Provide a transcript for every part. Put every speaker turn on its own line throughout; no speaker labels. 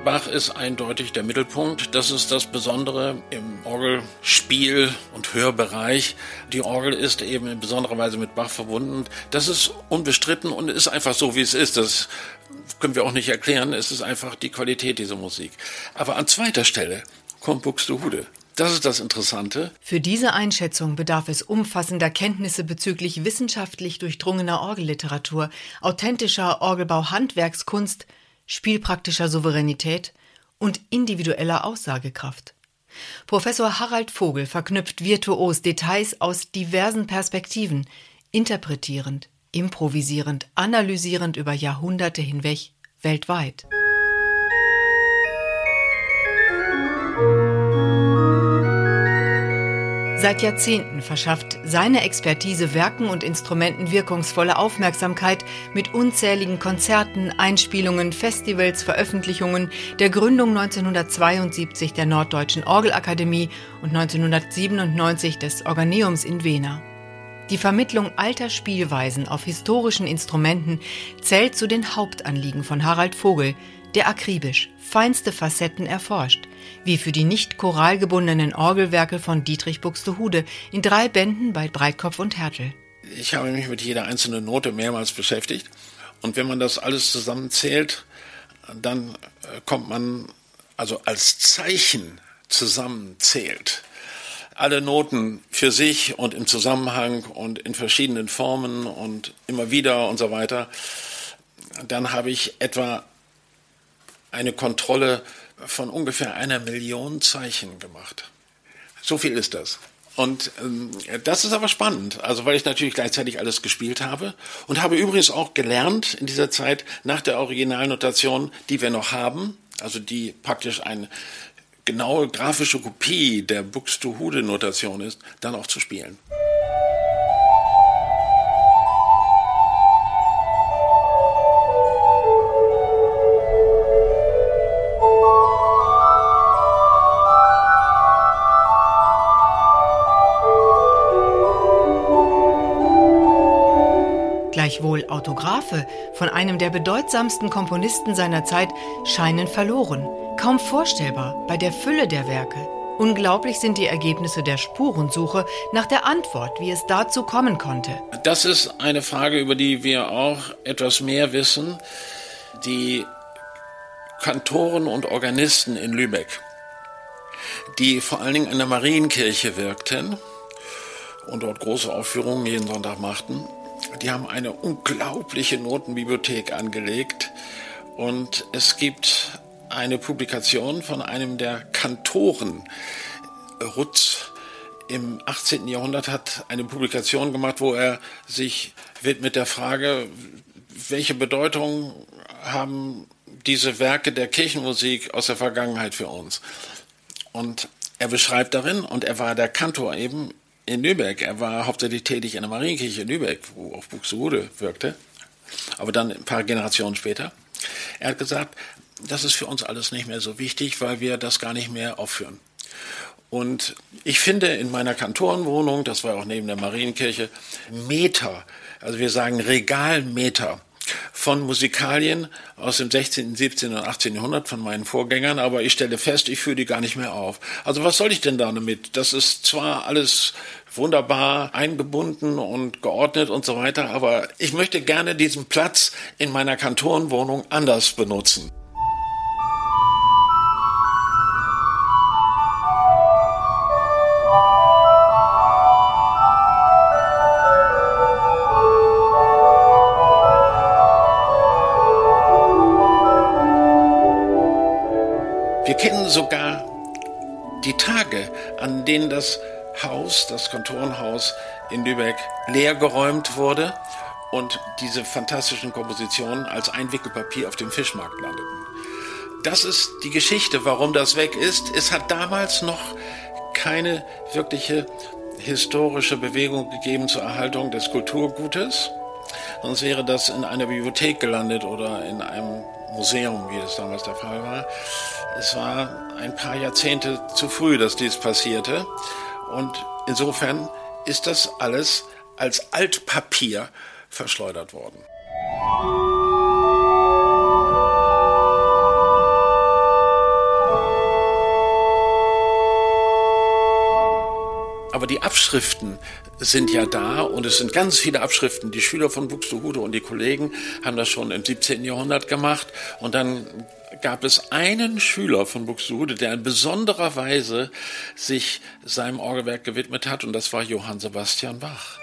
Bach ist eindeutig der Mittelpunkt. Das ist das Besondere im Orgelspiel- und Hörbereich. Die Orgel ist eben in besonderer Weise mit Bach verbunden. Das ist unbestritten und ist einfach so, wie es ist. Das können wir auch nicht erklären. Es ist einfach die Qualität dieser Musik. Aber an zweiter Stelle kommt Buxtehude. Das ist das Interessante.
Für diese Einschätzung bedarf es umfassender Kenntnisse bezüglich wissenschaftlich durchdrungener Orgelliteratur, authentischer Orgelbau-Handwerkskunst, spielpraktischer Souveränität und individueller Aussagekraft. Professor Harald Vogel verknüpft virtuos Details aus diversen Perspektiven, interpretierend, improvisierend, analysierend über Jahrhunderte hinweg, weltweit. Seit Jahrzehnten verschafft seine Expertise Werken und Instrumenten wirkungsvolle Aufmerksamkeit mit unzähligen Konzerten, Einspielungen, Festivals, Veröffentlichungen, der Gründung 1972 der Norddeutschen Orgelakademie und 1997 des Organeums in Wena. Die Vermittlung alter Spielweisen auf historischen Instrumenten zählt zu den Hauptanliegen von Harald Vogel, der akribisch feinste Facetten erforscht, wie für die nicht choralgebundenen Orgelwerke von Dietrich Buxtehude in 3 Bänden bei Breitkopf und Härtel.
Ich habe mich mit jeder einzelnen Note mehrmals beschäftigt und wenn man das alles zusammenzählt, dann kommt man, also als Zeichen zusammenzählt, alle Noten für sich und im Zusammenhang und in verschiedenen Formen und immer wieder und so weiter, dann habe ich etwa eine Kontrolle von ungefähr 1 Million Zeichen gemacht. So viel ist das. Und das ist aber spannend, also weil ich natürlich gleichzeitig alles gespielt habe und habe übrigens auch gelernt in dieser Zeit nach der Originalnotation, die wir noch haben, also die praktisch eine genaue grafische Kopie der Buxtehude-Notation ist, dann auch zu spielen.
Gleichwohl Autographe von einem der bedeutsamsten Komponisten seiner Zeit scheinen verloren. Kaum vorstellbar bei der Fülle der Werke. Unglaublich sind die Ergebnisse der Spurensuche nach der Antwort, wie es dazu kommen konnte.
Das ist eine Frage, über die wir auch etwas mehr wissen. Die Kantoren und Organisten in Lübeck, die vor allen Dingen an der Marienkirche wirkten und dort große Aufführungen jeden Sonntag machten, die haben eine unglaubliche Notenbibliothek angelegt und es gibt eine Publikation von einem der Kantoren. Rutz im 18. Jahrhundert hat eine Publikation gemacht, wo er sich widmet der Frage, welche Bedeutung haben diese Werke der Kirchenmusik aus der Vergangenheit für uns. Und er beschreibt darin, und er war der Kantor eben in Lübeck, er war hauptsächlich tätig in der Marienkirche in Lübeck, wo auch Buxtehude wirkte, aber dann ein paar Generationen später. Er hat gesagt, das ist für uns alles nicht mehr so wichtig, weil wir das gar nicht mehr aufführen. Und ich finde in meiner Kantorenwohnung, das war auch neben der Marienkirche, Meter, also wir sagen Regalmeter von Musikalien aus dem 16., 17. und 18. Jahrhundert von meinen Vorgängern, aber ich stelle fest, ich führe die gar nicht mehr auf. Also was soll ich denn da damit? Das ist zwar alles wunderbar eingebunden und geordnet und so weiter, aber ich möchte gerne diesen Platz in meiner Kantorenwohnung anders benutzen. Wir kennen sogar die Tage, an denen das Haus, das Kantorenhaus in Lübeck, leergeräumt wurde und diese fantastischen Kompositionen als Einwickelpapier auf dem Fischmarkt landeten. Das ist die Geschichte, warum das weg ist. Es hat damals noch keine wirkliche historische Bewegung gegeben zur Erhaltung des Kulturgutes. Sonst wäre das in einer Bibliothek gelandet oder in einem Museum, wie es damals der Fall war. Es war ein paar Jahrzehnte zu früh, dass dies passierte. Und insofern ist das alles als Altpapier verschleudert worden. die Abschriften sind ja da und es sind ganz viele Abschriften. Die Schüler von Buxtehude und die Kollegen haben das schon im 17. Jahrhundert gemacht und dann gab es einen Schüler von Buxtehude, der in besonderer Weise sich seinem Orgelwerk gewidmet hat und das war Johann Sebastian Bach.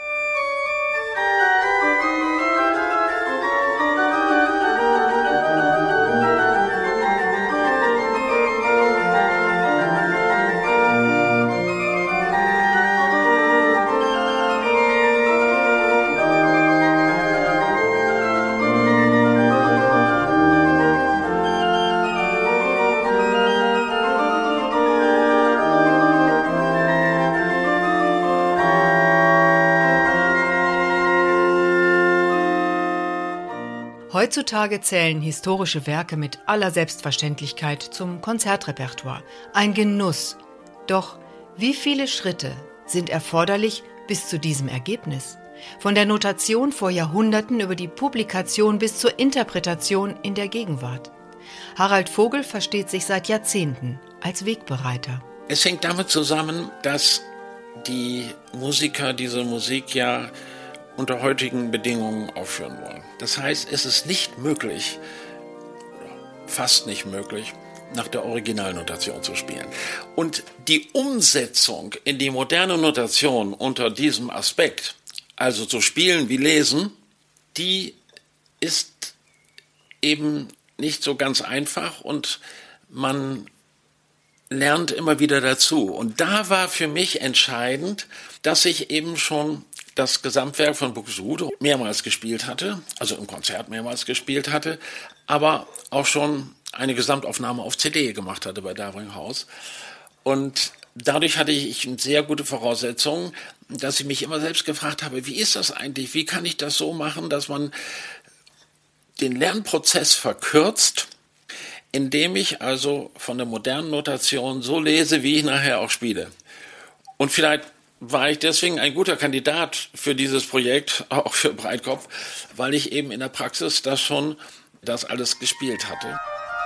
Heutzutage zählen historische Werke mit aller Selbstverständlichkeit zum Konzertrepertoire. Ein Genuss. Doch wie viele Schritte sind erforderlich bis zu diesem Ergebnis? Von der Notation vor Jahrhunderten über die Publikation bis zur Interpretation in der Gegenwart. Harald Vogel versteht sich seit Jahrzehnten als Wegbereiter.
Es hängt damit zusammen, dass die Musiker diese Musik ja unter heutigen Bedingungen aufführen wollen. Das heißt, es ist nicht möglich, fast nicht möglich, nach der Originalnotation zu spielen. Und die Umsetzung in die moderne Notation unter diesem Aspekt, also zu spielen wie lesen, die ist eben nicht so ganz einfach und man lernt immer wieder dazu. Und da war für mich entscheidend, dass ich eben schon das Gesamtwerk von Buxtehude mehrmals gespielt hatte, also im Konzert mehrmals gespielt hatte, aber auch schon eine Gesamtaufnahme auf CD gemacht hatte bei Darvringhaus. Und dadurch hatte ich sehr gute Voraussetzungen, dass ich mich immer selbst gefragt habe, wie ist das eigentlich, wie kann ich das so machen, dass man den Lernprozess verkürzt, indem ich also von der modernen Notation so lese, wie ich nachher auch spiele. Und vielleicht war ich deswegen ein guter Kandidat für dieses Projekt, auch für Breitkopf, weil ich eben in der Praxis das alles gespielt hatte.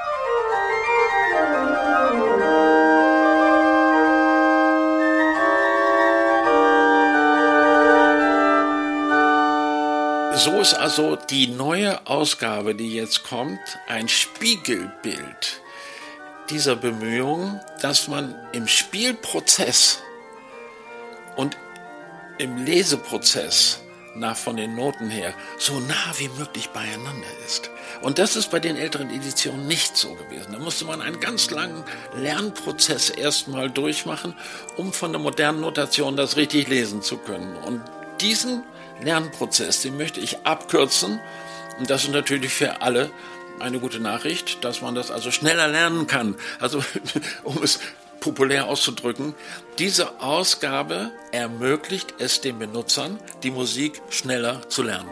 So ist also die neue Ausgabe, die jetzt kommt, ein Spiegelbild dieser Bemühungen, dass man im Spielprozess und im Leseprozess von den Noten her so nah wie möglich beieinander ist. Und das ist bei den älteren Editionen nicht so gewesen. Da musste man einen ganz langen Lernprozess erstmal durchmachen, um von der modernen Notation das richtig lesen zu können. Und diesen Lernprozess, den möchte ich abkürzen. Und das ist natürlich für alle eine gute Nachricht, dass man das also schneller lernen kann. Also, um es populär auszudrücken, diese Ausgabe ermöglicht es den Benutzern, die Musik schneller zu lernen.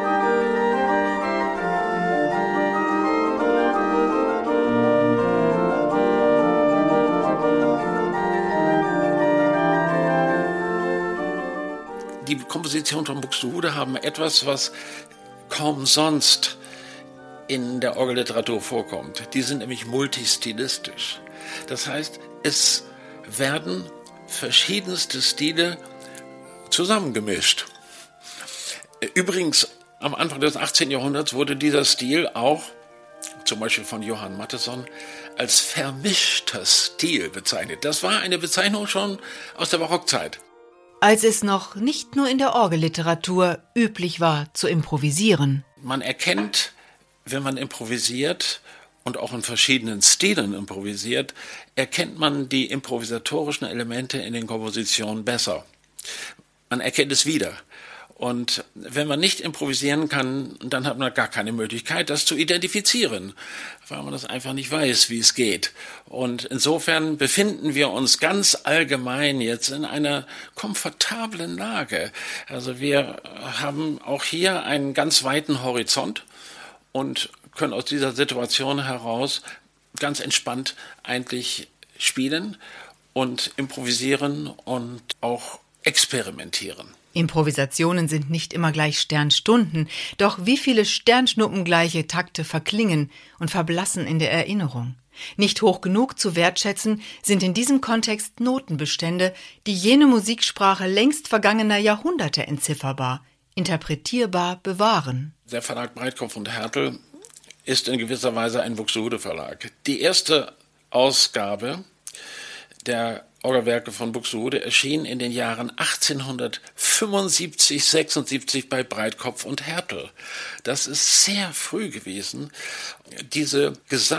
Die Kompositionen von Buxtehude haben etwas, was kaum sonst in der Orgelliteratur vorkommt. Die sind nämlich multistilistisch. Das heißt, es werden verschiedenste Stile zusammengemischt. Übrigens, am Anfang des 18. Jahrhunderts wurde dieser Stil auch, zum Beispiel von Johann Mattheson, als vermischter Stil bezeichnet. Das war eine Bezeichnung schon aus der Barockzeit.
Als es noch nicht nur in der Orgelliteratur üblich war, zu improvisieren.
Man erkennt, wenn man improvisiert und auch in verschiedenen Stilen improvisiert, erkennt man die improvisatorischen Elemente in den Kompositionen besser. Man erkennt es wieder. Und wenn man nicht improvisieren kann, dann hat man gar keine Möglichkeit, das zu identifizieren, weil man das einfach nicht weiß, wie es geht. Und insofern befinden wir uns ganz allgemein jetzt in einer komfortablen Lage. Also wir haben auch hier einen ganz weiten Horizont und können aus dieser Situation heraus ganz entspannt eigentlich spielen und improvisieren und auch experimentieren.
Improvisationen sind nicht immer gleich Sternstunden, doch wie viele sternschnuppengleiche Takte verklingen und verblassen in der Erinnerung. Nicht hoch genug zu wertschätzen sind in diesem Kontext Notenbestände, die jene Musiksprache längst vergangener Jahrhunderte entzifferbar, interpretierbar bewahren.
Der Verlag Breitkopf und Härtel ist in gewisser Weise ein Buxtehude Verlag. Die erste Ausgabe der Orgelwerke von Buxtehude erschien in den Jahren 1875, 76 bei Breitkopf und Härtel. Das ist sehr früh gewesen. Diese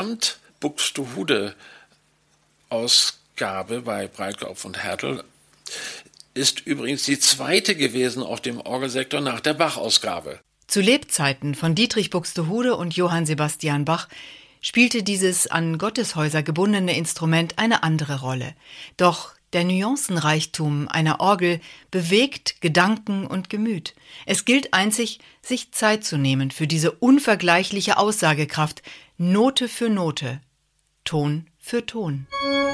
Gesamt-Buxtehude-Ausgabe bei Breitkopf und Härtel ist übrigens die zweite gewesen auf dem Orgelsektor nach der Bach-Ausgabe.
Zu Lebzeiten von Dietrich Buxtehude und Johann Sebastian Bach spielte dieses an Gotteshäuser gebundene Instrument eine andere Rolle. Doch der Nuancenreichtum einer Orgel bewegt Gedanken und Gemüt. Es gilt einzig, sich Zeit zu nehmen für diese unvergleichliche Aussagekraft, Note für Note, Ton für Ton.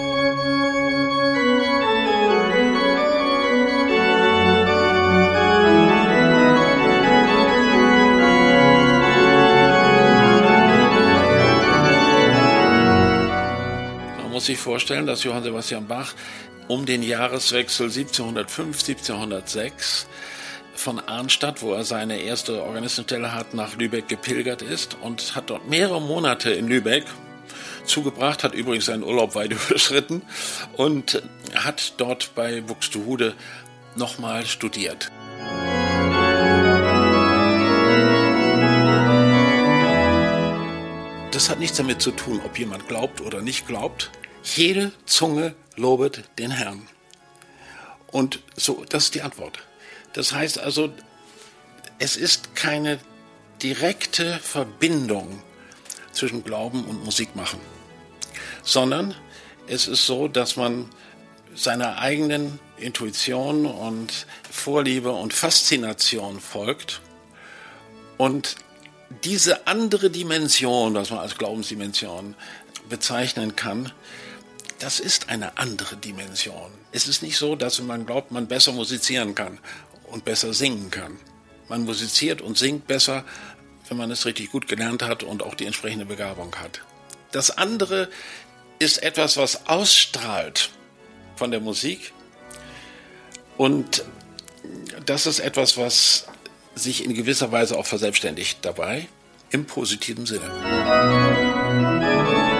Man muss sich vorstellen, dass Johann Sebastian Bach um den Jahreswechsel 1705, 1706 von Arnstadt, wo er seine erste Organistenstelle hat, nach Lübeck gepilgert ist und hat dort mehrere Monate in Lübeck zugebracht, hat übrigens seinen Urlaub weit überschritten und hat dort bei Buxtehude nochmal studiert. Das hat nichts damit zu tun, ob jemand glaubt oder nicht glaubt. Jede Zunge lobet den Herrn. Und so, das ist die Antwort. Das heißt also, es ist keine direkte Verbindung zwischen Glauben und Musik machen, sondern es ist so, dass man seiner eigenen Intuition und Vorliebe und Faszination folgt und diese andere Dimension, was man als Glaubensdimension bezeichnen kann, das ist eine andere Dimension. Es ist nicht so, dass wenn man glaubt, man besser musizieren kann und besser singen kann. Man musiziert und singt besser, wenn man es richtig gut gelernt hat und auch die entsprechende Begabung hat. Das andere ist etwas, was ausstrahlt von der Musik, und das ist etwas, was sich in gewisser Weise auch verselbstständigt dabei, im positiven Sinne.